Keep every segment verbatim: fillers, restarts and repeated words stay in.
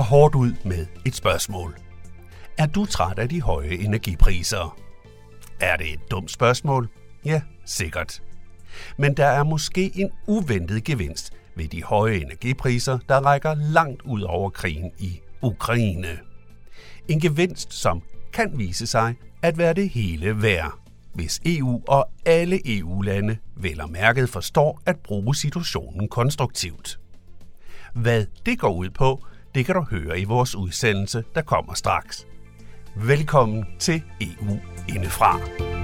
hårdt ud med et spørgsmål. Er du træt af de høje energipriser? Er det et dumt spørgsmål? Ja, sikkert. Men der er måske en uventet gevinst ved de høje energipriser, der rækker langt ud over krigen i Ukraine. En gevinst, som kan vise sig at være det hele værd, hvis E U og alle E U-lande vel og mærket forstår at bruge situationen konstruktivt. Hvad det går ud på, det kan du høre i vores udsendelse, der kommer straks. Velkommen til E U Indefra.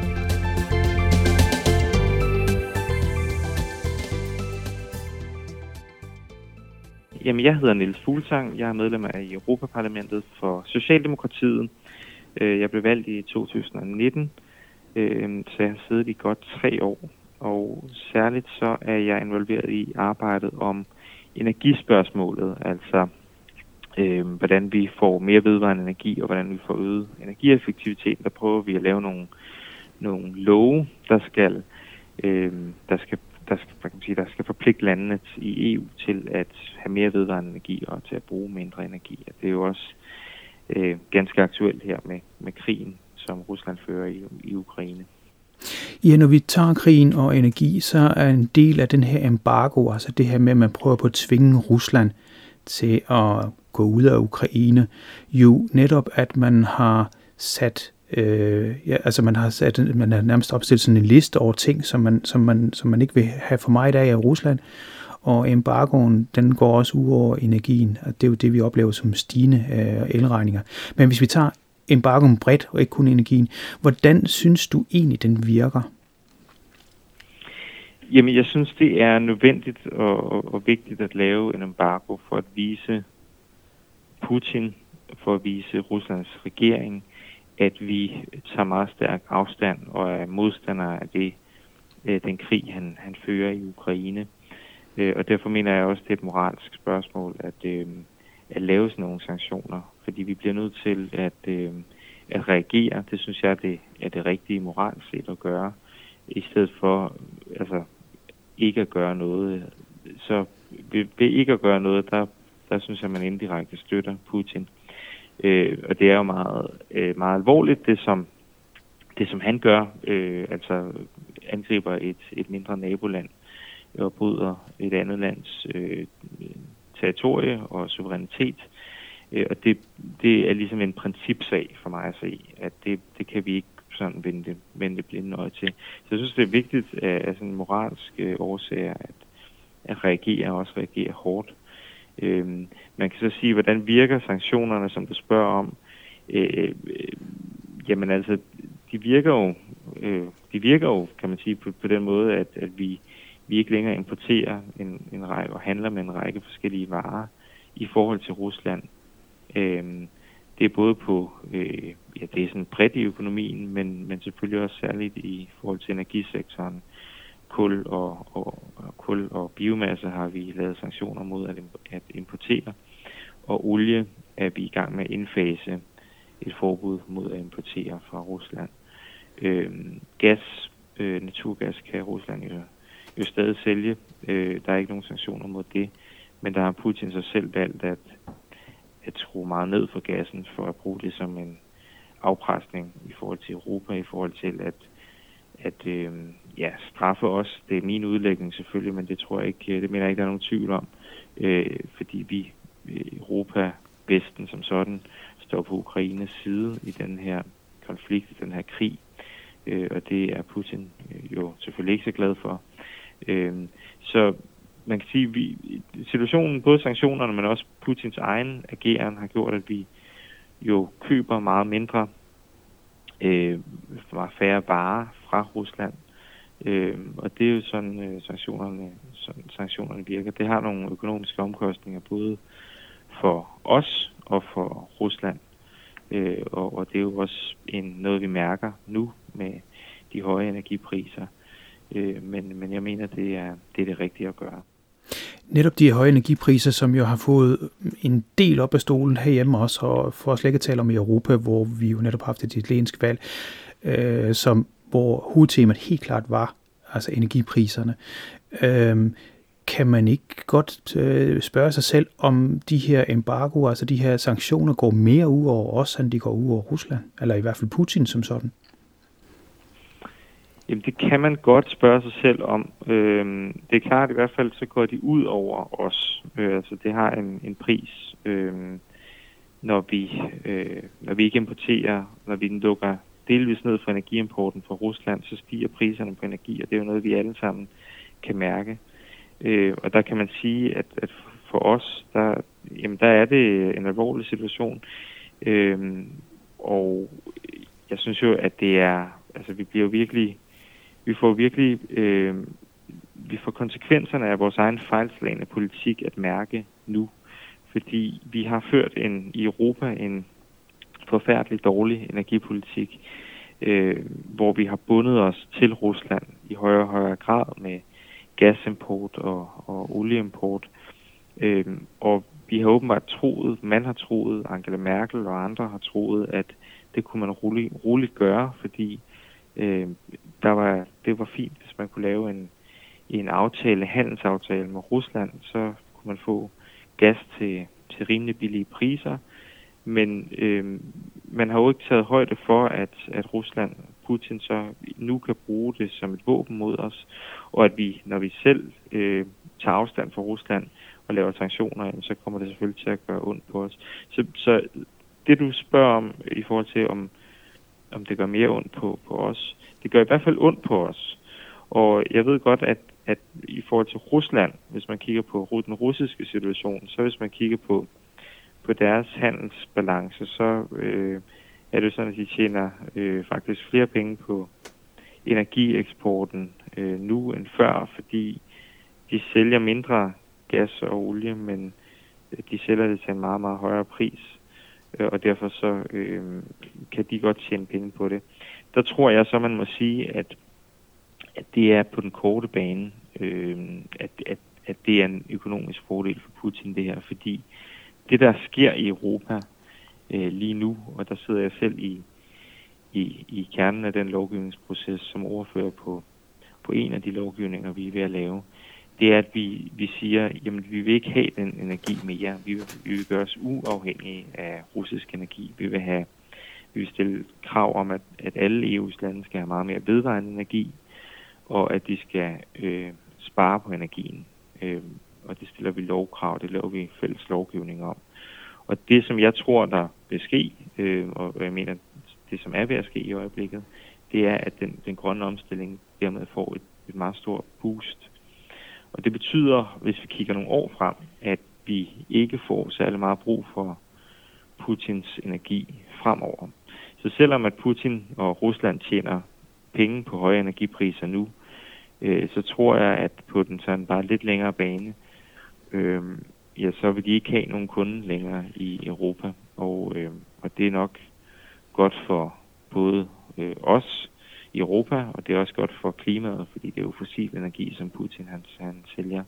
Jamen, jeg hedder Niels Fuglsang. Jeg er medlem af Europaparlamentet for Socialdemokratiet. Jeg blev valgt i to tusind og nitten, så jeg har siddet i godt tre år. Og særligt så er jeg involveret i arbejdet om energispørgsmålet, altså øh, hvordan vi får mere vedvarende energi, og hvordan vi får øget energieffektivitet. Der prøver vi at lave nogle, nogle love, der skal, øh, der skal Der skal, kan man sige, der skal forpligte landene i E U til at have mere vedvarende energi og til at bruge mindre energi. Og det er jo også øh, ganske aktuelt her med, med krigen, som Rusland fører i, i Ukraine. Ja, når vi tager krigen og energi, så er en del af den her embargo, altså det her med, at man prøver på at tvinge Rusland til at gå ud af Ukraine, jo netop, at man har sat Øh, ja, altså man har sat, man har nærmest opstillet sådan en liste over ting, som man, som man, som man ikke vil have for meget af i Rusland, og embargoen, den går også ud over energien, og det er jo det, vi oplever som stigende øh, elregninger. Men hvis vi tager embargoen bredt, og ikke kun energien, hvordan synes du egentlig, den virker? Jamen, jeg synes, det er nødvendigt og, og, og vigtigt at lave en embargo for at vise Putin, for at vise Ruslands regering, at vi tager meget stærk afstand og er modstandere af det, øh, den krig, han, han fører i Ukraine. Øh, og derfor mener jeg også, det er et moralsk spørgsmål at, øh, at lave sådan nogle sanktioner, fordi vi bliver nødt til at, øh, at reagere. Det synes jeg det er det rigtige moralsk set at gøre, i stedet for altså, ikke at gøre noget. Så ved, ved ikke at gøre noget, der, der synes jeg, man indirekte støtter Putin. Øh, og det er jo meget, øh, meget alvorligt, det som, det som han gør, øh, altså angriber et, et mindre naboland og bryder et andet lands øh, territorie og suverænitet. Øh, og det, det er ligesom en principsag for mig at se, at det, det kan vi ikke sådan vende, vende blinde øje til. Så jeg synes, det er vigtigt af, af sådan moralske årsager at, at reagere og også reagere hårdt. Øhm, man kan så sige, hvordan virker sanktionerne, som du spørger om? Øh, øh, jamen altså, de virker jo, øh, de virker jo, kan man sige, på, på den måde, at, at vi, vi ikke længere importerer en, en række og handler med en række forskellige varer i forhold til Rusland. Øhm, det er både på, øh, ja, det er sådan bredt i økonomien, men, men selvfølgelig også særligt i forhold til energisektoren. Kul og, og, og kul og biomasse har vi lavet sanktioner mod at, at importere, og olie er vi i gang med at indfase et forbud mod at importere fra Rusland. Øhm, gas, øh, naturgas kan Rusland jo, jo stadig sælge. Øh, der er ikke nogen sanktioner mod det, men der har Putin så selv valgt at, at skrue meget ned for gassen for at bruge det som en afpresning i forhold til Europa, i forhold til at at øh, ja, straffe os. Det er min udlægning selvfølgelig, men det tror jeg ikke, det mener jeg ikke, der er nogen tvivl om, øh, fordi vi Europa, Vesten som sådan, står på Ukraines side i den her konflikt, i den her krig, øh, og det er Putin jo selvfølgelig ikke så glad for. Øh, så man kan sige, vi situationen, både sanktionerne, men også Putins egen ageren har gjort, at vi jo køber meget mindre Øh, meget færre varer fra Rusland, øh, og det er jo sådan øh, sanktionerne, sådan, sanktionerne virker. Det har nogle økonomiske omkostninger både for os og for Rusland, øh, og, og det er jo også en, noget vi mærker nu med de høje energipriser, øh, men, men jeg mener det er, det er det rigtige at gøre. Netop de høje energipriser, som jo har fået en del op af stolen herhjemme også, og for at slet ikke tale om i Europa, hvor vi jo netop har haft et italiensk valg, øh, som, hvor hovedtemaet helt klart var altså energipriserne. Øh, kan man ikke godt øh, spørge sig selv, om de her embargoer, altså de her sanktioner, går mere ud over os, end de går ud over Rusland, eller i hvert fald Putin som sådan? Jamen, det kan man godt spørge sig selv om. Øhm, det er klart, i hvert fald så går de ud over os. Øh, altså, det har en, en pris, øh, når vi øh, når vi ikke importerer, når vi lukker delvis ned for energiimporten fra Rusland, så stiger priserne på energi, og det er jo noget, vi alle sammen kan mærke. Øh, og der kan man sige, at, at for os, der, jamen, der er det en alvorlig situation. Øh, og jeg synes jo, at det er, altså vi bliver jo virkelig, vi får virkelig, øh, vi får konsekvenserne af vores egen fejlslagne politik at mærke nu. Fordi vi har ført en, i Europa en forfærdelig dårlig energipolitik, øh, hvor vi har bundet os til Rusland i højere og højere grad med gasimport og, og olieimport. Øh, og vi har åbenbart troet, man har troet, Angela Merkel og andre har troet, at det kunne man roligt, roligt gøre, fordi øh, der var, det var fint, hvis man kunne lave en, en aftale, handelsaftale med Rusland, så kunne man få gas til, til rimelig billige priser. Men øh, man har jo ikke taget højde for, at, at Rusland, Putin, så nu kan bruge det som et våben mod os, og at vi, når vi selv øh, tager afstand fra Rusland og laver sanktioner, jamen, så kommer det selvfølgelig til at gøre ondt på os. Så, så det, du spørger om i forhold til, om, om det gør mere ondt på, på os, det gør i hvert fald ondt på os. Og jeg ved godt, at, at i forhold til Rusland, hvis man kigger på den russiske situation, så hvis man kigger på på deres handelsbalance, så øh, er det sådan, at de tjener øh, faktisk flere penge på energieksporten øh, nu end før, fordi de sælger mindre gas og olie, men de sælger det til en meget, meget højere pris, øh, og derfor så øh, kan de godt tjene penge på det. Der tror jeg så, man må sige, at, at det er på den korte bane, øh, at, at, at det er en økonomisk fordel for Putin, det her, fordi det, der sker i Europa øh, lige nu, og der sidder jeg selv i, i, i kernen af den lovgivningsproces som ordfører på, på en af de lovgivninger, vi er ved at lave, det er, at vi, vi siger, jamen vi vil ikke have den energi mere. Vi vil, vi vil gøre os uafhængige af russisk energi. Vi vil, have, vi vil stille krav om, at, at alle E U's lande skal have meget mere vedvarende energi, og at de skal øh, spare på energien. Øh, og det stiller vi lovkrav, det laver vi fælles lovgivning om. Og det, som jeg tror, der vil ske, øh, og jeg mener, det som er ved at ske i øjeblikket, det er, at den, den grønne omstilling dermed får et, et meget stort boost. Og det betyder, hvis vi kigger nogle år frem, at vi ikke får særlig meget brug for Putins energi fremover. Så selvom at Putin og Rusland tjener penge på høje energipriser nu, øh, så tror jeg, at på den sådan bare lidt længere bane, øh, ja, så vil de ikke have nogen kunde længere i Europa. Og, øh, og det er nok godt for både øh, os i Europa, og det er også godt for klimaet, fordi det er jo fossil energi, som Putin han, han sælger.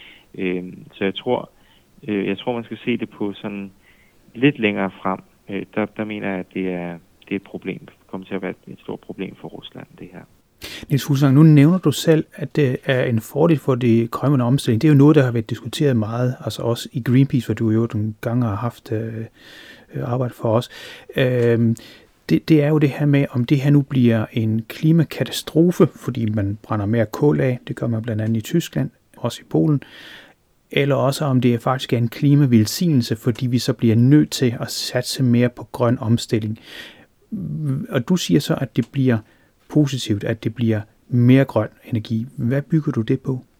Øh, så jeg tror, øh, jeg tror, man skal se det på sådan lidt længere frem. Øh, der, der mener jeg, at det er, det er et problem. Det kommer til at være et stort problem for Rusland, det her. Niels Fuglsang, nu nævner du selv, at det er en fordel for det grønne omstilling. Det er jo noget, der har været diskuteret meget, altså også i Greenpeace, hvor du jo nogle gange har haft øh, arbejde for os. Øh, det, det er jo det her med, om det her nu bliver en klimakatastrofe, fordi man brænder mere kul af, det gør man blandt andet i Tyskland, også i Polen, eller også om det faktisk er en klimavelsignelse, fordi vi så bliver nødt til at satse mere på grøn omstilling. Og du siger så, at det bliver positivt, at det bliver mere grøn energi. Hvad bygger du det på?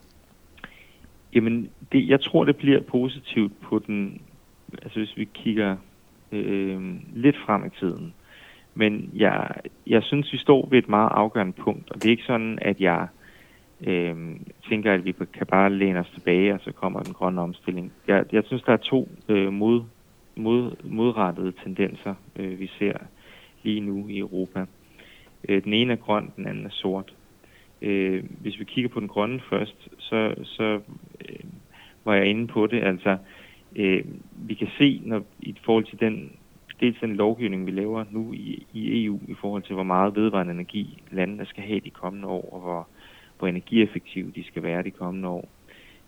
Jamen, det, jeg tror, det bliver positivt på den, altså hvis vi kigger øh, lidt frem i tiden. Men jeg, jeg synes, vi står ved et meget afgørende punkt, og det er ikke sådan, at jeg øh, tænker, at vi kan bare læne os tilbage, og så kommer den grønne omstilling. Jeg, jeg synes, der er to øh, mod, mod, modrettede tendenser, øh, vi ser lige nu i Europa. Den ene er grøn, den anden er sort. Øh, hvis vi kigger på den grønne først, så, så øh, var jeg inde på det. Altså, øh, vi kan se, når i forhold til den, dels den lovgivning, vi laver nu i, i E U, i forhold til, hvor meget vedvarende energi landene skal have de kommende år, og hvor, hvor energieffektive de skal være de kommende år.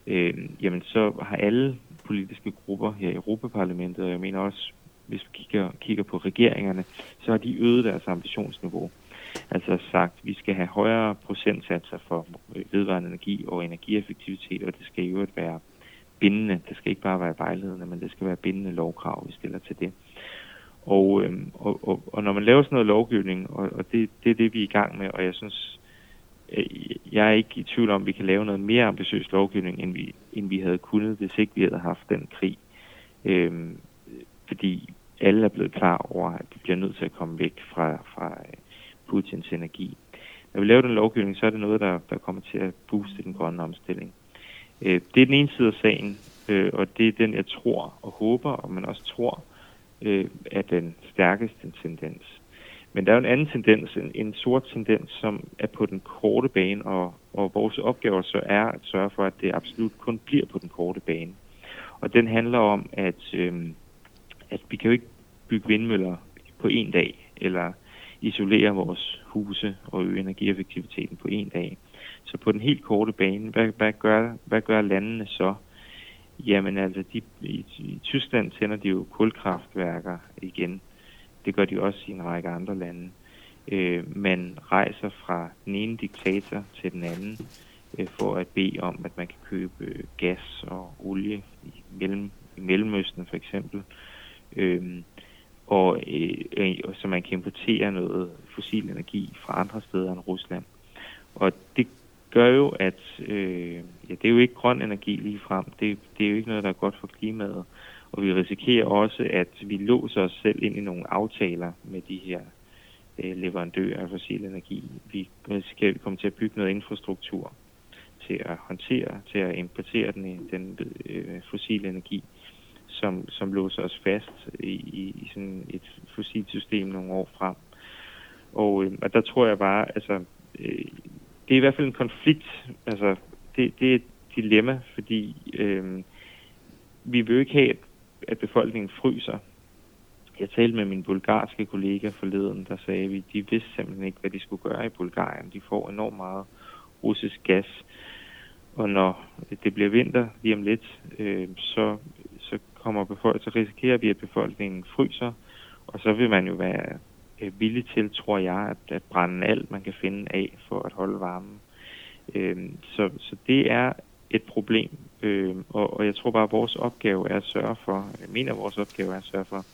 øh, jamen så har alle politiske grupper her i Europaparlamentet, og jeg mener også, hvis vi kigger, kigger på regeringerne, så har de øget deres ambitionsniveau. Altså sagt, at vi skal have højere procentsatser for vedvarende energi og energieffektivitet, og det skal i øvrigt være bindende. Det skal ikke bare være vejledende, men det skal være bindende lovkrav, vi stiller til det. Og, øhm, og, og, og når man laver sådan noget lovgivning, og, og det, det er det, vi er i gang med, og jeg synes, jeg er ikke i tvivl om, at vi kan lave noget mere ambitiøs lovgivning, end vi, end vi havde kunnet, hvis ikke vi havde haft den krig. Øhm, fordi alle er blevet klar over, at vi bliver nødt til at komme væk fra, fra Putins energi. Når vi laver den lovgivning, så er det noget, der, der kommer til at booste den grønne omstilling. Øh, det er den ene side af sagen, øh, og det er den, jeg tror og håber, og man også tror, øh, er den stærkeste tendens. Men der er jo en anden tendens, en, en sort tendens, som er på den korte bane, og, og vores opgave så er at sørge for, at det absolut kun bliver på den korte bane. Og den handler om, at, øh, at vi kan jo ikke bygge vindmøller på en dag, eller isolere vores huse og øge energieffektiviteten på en dag. Så på den helt korte bane, hvad, hvad, gør, hvad gør landene så? Jamen altså, de, i, i Tyskland tænder de jo kulkraftværker igen. Det gør de også i en række andre lande. Øh, man rejser fra den ene diktator til den anden øh, for at bede om, at man kan købe øh, gas og olie i, mellem, i Mellemøsten for eksempel. Øh, og øh, så man kan importere noget fossil energi fra andre steder end Rusland. Og det gør jo, at øh, ja, det er jo ikke grøn energi lige frem. Det, det er jo ikke noget, der er godt for klimaet. Og vi risikerer også, at vi låser os selv ind i nogle aftaler med de her øh, leverandører af fossil energi. Vi risikerer, at vi kommer til at bygge noget infrastruktur til at håndtere, til at importere den, den øh, fossile energi, som, som låser os fast i, i, i sådan et fossilt system nogle år frem. Og, øh, og der tror jeg bare, altså, øh, det er i hvert fald en konflikt. Altså, det, det er et dilemma, fordi øh, vi vil jo ikke have, at befolkningen fryser. Jeg talte med min bulgarske kollega forleden, der sagde, at de vidste simpelthen ikke, hvad de skulle gøre i Bulgarien. De får enormt meget russisk gas, og når det bliver vinter lige om lidt, øh, så, så kommer befolkningen, så risikerer vi, at befolkningen fryser, og så vil man jo være øh, villig til, tror jeg, at, at brænde alt, man kan finde af for at holde varmen. Øh, så, så det er et problem, øh, og, og jeg tror bare, at vores opgave er at sørge for, jeg mener, at vores opgave er at sørge for,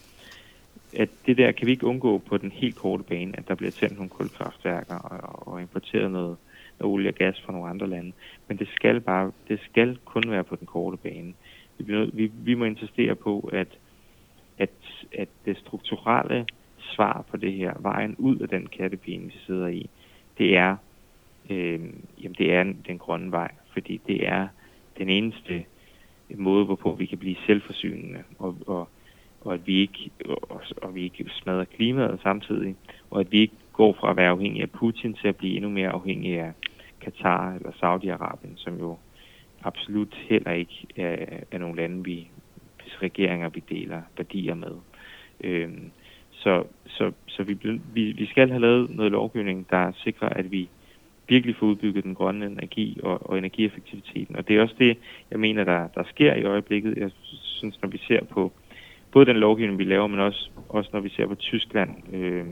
at det der kan vi ikke undgå på den helt korte bane, at der bliver tændt nogle kulkraftværker og, og importeret noget, noget olie og gas fra nogle andre lande. Men det skal bare, det skal kun være på den korte bane. Vi, vi, vi må insistere på, at, at, at det strukturelle svar på det her, vejen ud af den kattepine, vi sidder i, det er, øh, jamen det er den grønne vej, fordi det er den eneste måde, hvorpå vi kan blive selvforsynende, og, og, og at vi ikke og, og vi ikke smadrer klimaet samtidig, og at vi ikke går fra at være afhængige af Putin til at blive endnu mere afhængige af Katar eller Saudi-Arabien, som jo absolut heller ikke er, er nogle lande, vi, hvis regeringer vi deler værdier med. Øhm, så så, så vi, vi, vi skal have lavet noget lovgivning, der sikrer, at vi virkelig får udbygget den grønne energi og, og energieffektiviteten. Og det er også det, jeg mener, der, der sker i øjeblikket. Jeg synes, når vi ser på både den lovgivning, vi laver, men også, også når vi ser på Tyskland, øh,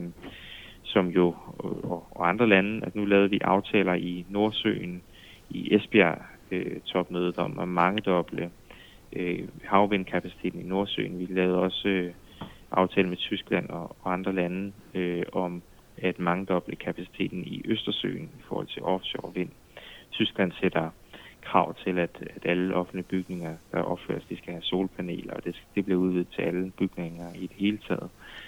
som jo, og, og andre lande, at nu lavede vi aftaler i Nordsøen, i Esbjerg-topmødet øh, om at mangedoble øh, havvindkapaciteten i Nordsøen. Vi lavede også øh, aftale med Tyskland og, og andre lande øh, om at mangedoble kapaciteten i Østersøen i forhold til offshore vind. Tyskland sætter krav til, at, at alle offentlige bygninger, der opføres, de skal have solpaneler, og det, det bliver udvidet til alle bygninger i det hele taget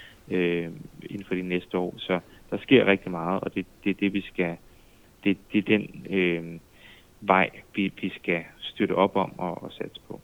øh, inden for de næste år. Så der sker rigtig meget, og det, det er det, vi skal, det, det er den øh, vej, vi, vi skal støtte op om og, og satse på.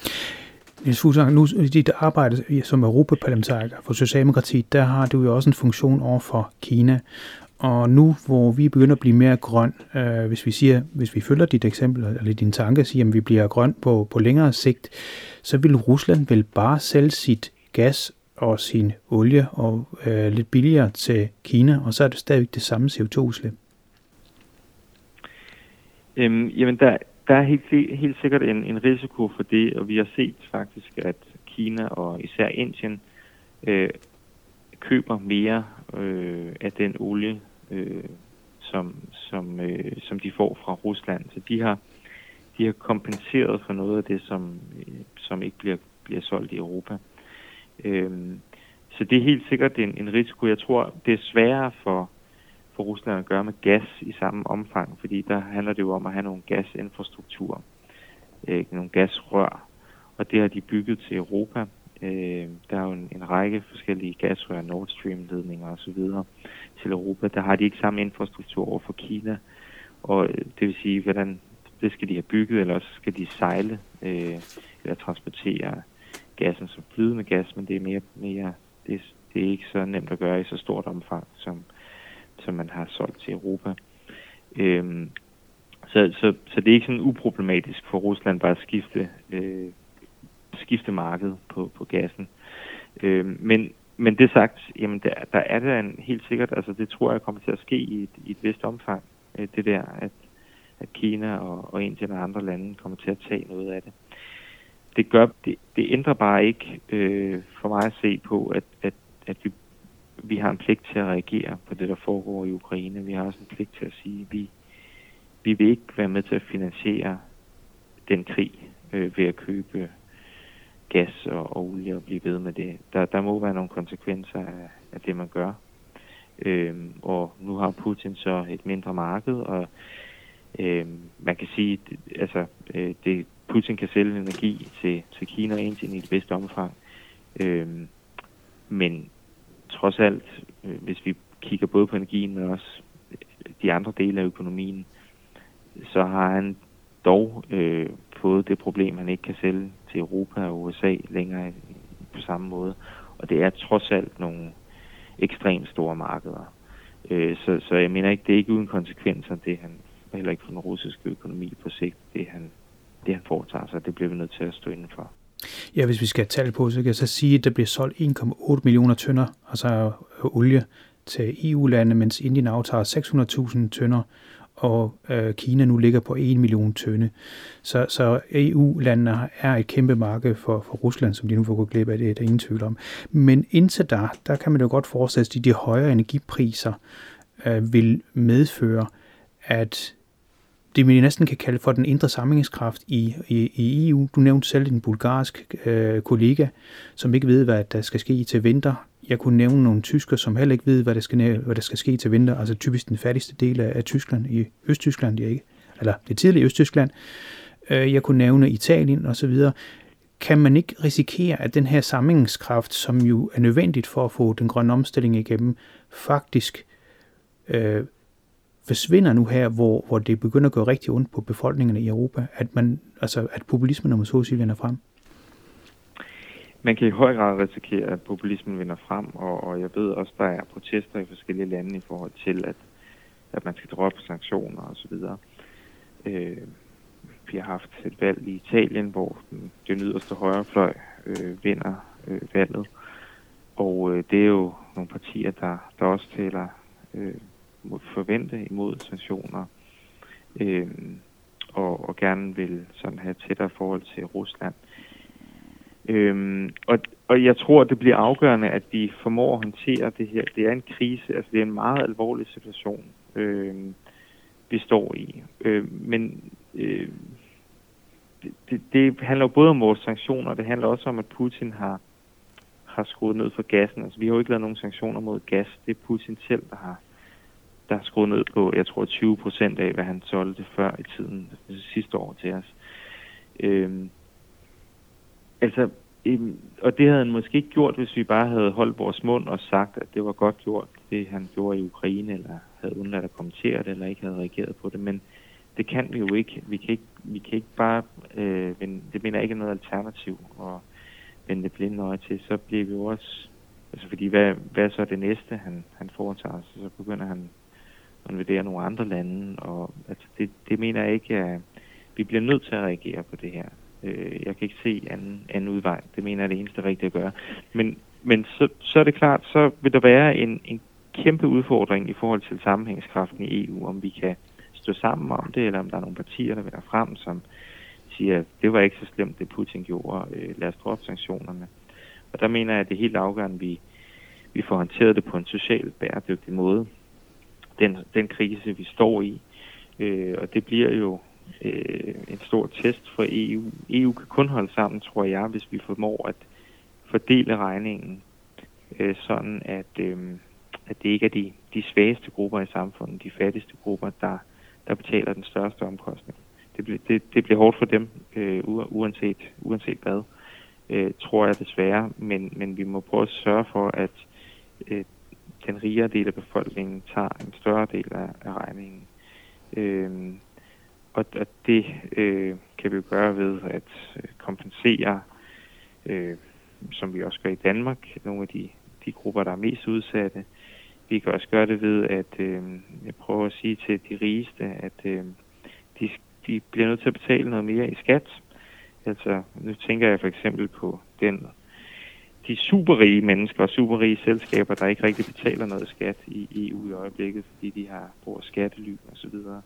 Niels Fuglsang, nu i dit arbejde som europaparlamentariker for Socialdemokratiet, der har du jo også en funktion over for Kina. Og nu, hvor vi begynder at blive mere grøn, øh, hvis vi siger, hvis vi følger dit eksempel, eller din tanke, siger, at vi bliver grøn på, på længere sigt, så vil Rusland vel bare sælge sit gas og sin olie og øh, lidt billigere til Kina, og så er det stadigvæk det samme C O to udslip. Øhm, jamen, der, der er helt, helt sikkert en, en risiko for det, og vi har set faktisk, at Kina og især Indien øh, køber mere øh, af den olie, øh, som, som, øh, som de får fra Rusland. Så de har, de har kompenseret for noget af det, som, øh, som ikke bliver, bliver solgt i Europa. Øh, så det er helt sikkert en, en risiko. Jeg tror, det er sværere for, for Rusland at gøre med gas i samme omfang, fordi der handler det jo om at have nogle gasinfrastruktur, øh, nogle gasrør, og det har de bygget til Europa. Øh, der er jo en, en række forskellige gasrør, Nord Stream-ledninger osv. til Europa. Der har de ikke samme infrastruktur over for Kina, og øh, det vil sige, hvordan det skal de have bygget, eller også skal de sejle øh, eller transportere gassen som flydende gas, men det er mere, mere det, det er ikke så nemt at gøre i så stort omfang, som, som man har solgt til Europa. Øh, så, så, så det er ikke sådan uproblematisk for Rusland bare at skifte øh, skifte marked på, på gassen. Øh, men, men det sagt, jamen der, der er det en, helt sikkert, altså det tror jeg kommer til at ske i et, i et vist omfang, øh, det der, at, at Kina og, og Indien og andre lande kommer til at tage noget af det. Det gør, det, det ændrer bare ikke øh, for mig at se på, at, at, at vi, vi har en pligt til at reagere på det, der foregår i Ukraine. Vi har også en pligt til at sige, at vi, vi vil ikke være med til at finansiere den krig øh, ved at købe gas og, og olie og blive ved med det. Der, der må være nogle konsekvenser af, af det, man gør. Øhm, og nu har Putin så et mindre marked, og øhm, man kan sige, at altså, øh, det, Putin kan sælge energi til, til Kina og Indien i et vist omfang. Øhm, men trods alt, øh, hvis vi kigger både på energien, men også de andre dele af økonomien, så har han dog øh, fået det problem, han ikke kan sælge til Europa og U S A længere på samme måde. Og det er trods alt nogle ekstremt store markeder. Øh, så, så jeg mener ikke, det er ikke uden konsekvenser, det han, heller ikke for den russiske økonomi på sigt, det han, det han foretager sig, det bliver vi nødt til at stå indenfor. Ja, hvis vi skal tale på, så kan jeg så sige, at der bliver solgt en komma otte millioner tønder, altså olie til E U-lande, mens Indien aftager seks hundrede tusind tønder, og øh, Kina nu ligger på en million tønde. Så, så E U-landene er et kæmpe marked for, for Rusland, som de nu får gå glip af, det er der ingen tvivl om. Men indtil der, der kan man jo godt forestille sig, at de højere energipriser øh, vil medføre, at det man næsten kan kalde for den indre sammenhængskraft i, i, i E U. Du nævnte selv en bulgarsk øh, kollega, som ikke ved, hvad der skal ske til vinter. Jeg kunne nævne nogle tyskere, som heller ikke ved, hvad der skal, hvad der skal ske til vinter. Altså typisk den fattigste del af, af Tyskland, i Østtyskland, det er ikke, eller det tidlige Østtyskland. Jeg kunne nævne Italien osv. Kan man ikke risikere, at den her sammenhængskraft, som jo er nødvendigt for at få den grønne omstilling igennem, faktisk øh, forsvinder nu her, hvor, hvor det begynder at gøre rigtig ondt på befolkningerne i Europa, at man, altså at populismen, om man så siger, vinder frem? Man kan i høj grad risikere, at populismen vinder frem, og, og jeg ved også, der er protester i forskellige lande i forhold til, at, at man skal droppe sanktioner osv. Øh, vi har haft et valg i Italien, hvor den yderste højrefløj øh, vinder øh, valget, og øh, det er jo nogle partier, der, der også taler øh, mod forvente imod sanktioner, øh, og, og gerne vil sådan have tættere forhold til Rusland. Øhm, og, og jeg tror, det bliver afgørende, at vi formår at håndtere det her. Det er en krise, altså det er en meget alvorlig situation, øhm, vi står i. Øh, men øh, det, det handler jo både om vores sanktioner, og det handler også om, at Putin har, har skruet ned for gassen. Altså vi har jo ikke lavet nogen sanktioner mod gas. Det er Putin selv, der har, der har skruet ned på, jeg tror, tyve procent af, hvad han solgte før i tiden, sidste år til os. Øhm, Altså, øhm, og det havde han måske ikke gjort, hvis vi bare havde holdt vores mund og sagt, at det var godt gjort, det han gjorde i Ukraine, eller havde undladt at kommentere det, eller ikke havde reageret på det. Men det kan vi jo ikke. Vi kan ikke, vi kan ikke bare, øh, vende, det mener jeg ikke er noget alternativ at vende det blinde øje til. Så bliver vi jo også, altså fordi hvad, hvad er så det næste, han, han foretager sig? Så begynder han at invadere nogle andre lande, og altså det, det mener jeg ikke, at vi bliver nødt til at reagere på det her. Jeg kan ikke se anden, anden udvej. Det mener jeg er det eneste rigtige at gøre. Men, men så, så er det klart, så vil der være en, en kæmpe udfordring i forhold til sammenhængskraften i E U, om vi kan stå sammen om det, eller om der er nogle partier, der vender frem, som siger, at det var ikke så slemt, det Putin gjorde, øh, lad os droppe sanktionerne. Og der mener jeg, at det er helt afgørende, at vi, vi får håndteret det på en socialt bæredygtig måde. Den, den krise, vi står i, øh, og det bliver jo øh, en stor test for E U. E U kan kun holde sammen, tror jeg, hvis vi formår at fordele regningen, øh, sådan at, øh, at det ikke er de, de svageste grupper i samfundet, de fattigste grupper, der, der betaler den største omkostning. Det, det, det bliver hårdt for dem, øh, uanset, uanset hvad, øh, tror jeg desværre, men, men vi må prøve at sørge for, at øh, den rigere del af befolkningen tager en større del af, af regningen. Øh, og, og det øh, kan vi jo gøre ved at kompensere, øh, som vi også gør i Danmark, nogle af de, de grupper, der er mest udsatte. Vi kan også gøre det ved at øh, jeg prøver at sige til de rigeste, at øh, de, de bliver nødt til at betale noget mere i skat. Altså, nu tænker jeg for eksempel på den, de superrige mennesker og superrige selskaber, der ikke rigtig betaler noget skat i E U i øjeblikket, fordi de har brugt skattely og så videre.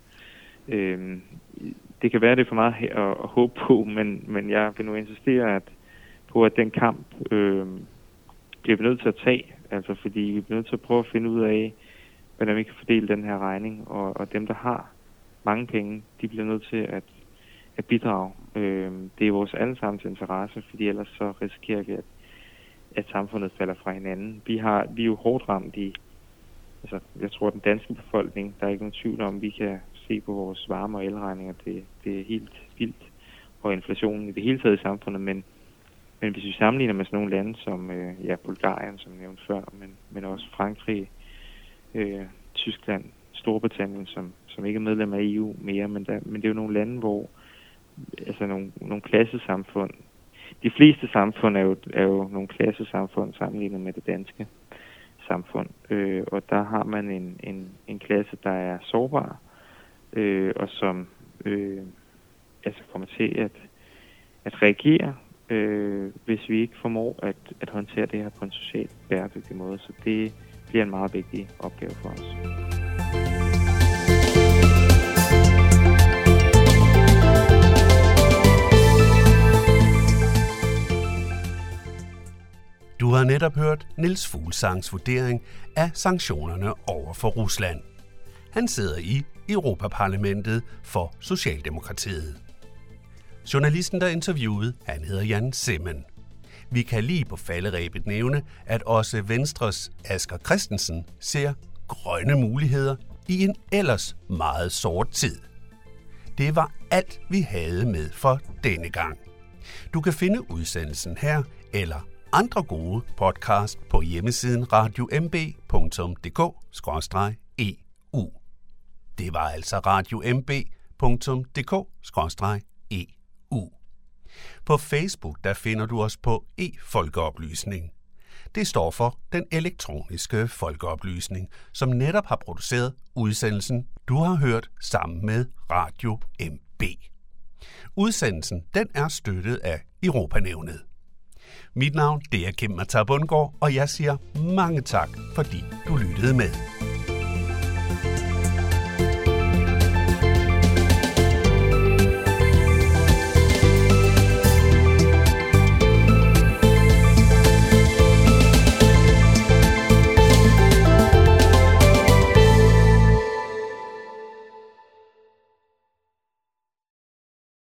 Øhm, det kan være, det er for meget at, at håbe på, men, men jeg vil nu insistere at, på, at den kamp øh, bliver vi nødt til at tage. Altså, fordi vi bliver nødt til at prøve at finde ud af, hvordan vi kan fordele den her regning, og, og dem, der har mange penge, de bliver nødt til at, at bidrage. Øh, det er vores allesammens interesse, fordi ellers så risikerer vi, at, at samfundet falder fra hinanden. Vi, har, vi er jo hårdt ramt i, altså jeg tror, den danske befolkning, der er ikke nogen tvivl om, vi kan se på vores varme- og elregninger, det, det er helt vildt, og inflationen i det hele taget i samfundet, men, men hvis vi sammenligner med sådan nogle lande som øh, ja, Bulgarien, som jeg nævnte før, men, men også Frankrig, øh, Tyskland, Storbritannien, som, som ikke er medlem af E U mere, men, der, men det er jo nogle lande, hvor altså nogle, nogle klassesamfund, de fleste samfund er jo, er jo nogle klassesamfund sammenlignet med det danske samfund, øh, og der har man en, en, en klasse, der er sårbar, øh, og som øh, altså kommer til at, at reagere, øh, hvis vi ikke formår at, at håndtere det her på en socialt bæredygtig måde. Så det bliver en meget vigtig opgave for os. Du har netop hørt Niels Fuglsangs vurdering af sanktionerne over for Rusland. Han sidder i Europaparlamentet for Socialdemokratiet. Journalisten, der interviewede, han hedder Jan Simmen. Vi kan lige på falderebet nævne, at også Venstres Asger Christensen ser grønne muligheder i en ellers meget sort tid. Det var alt, vi havde med for denne gang. Du kan finde udsendelsen her eller andre gode podcast på hjemmesiden radio m b punktum d k skråstreg e u. Det var altså radio m b punktum d k skråstreg e u. På Facebook der finder du os på e-folkeoplysning. Det står for den elektroniske folkeoplysning, som netop har produceret udsendelsen, du har hørt sammen med Radio M B. Udsendelsen den er støttet af Europanævnet. Mit navn det er Kim Matar Bundgaard, og jeg siger mange tak, fordi du lyttede med.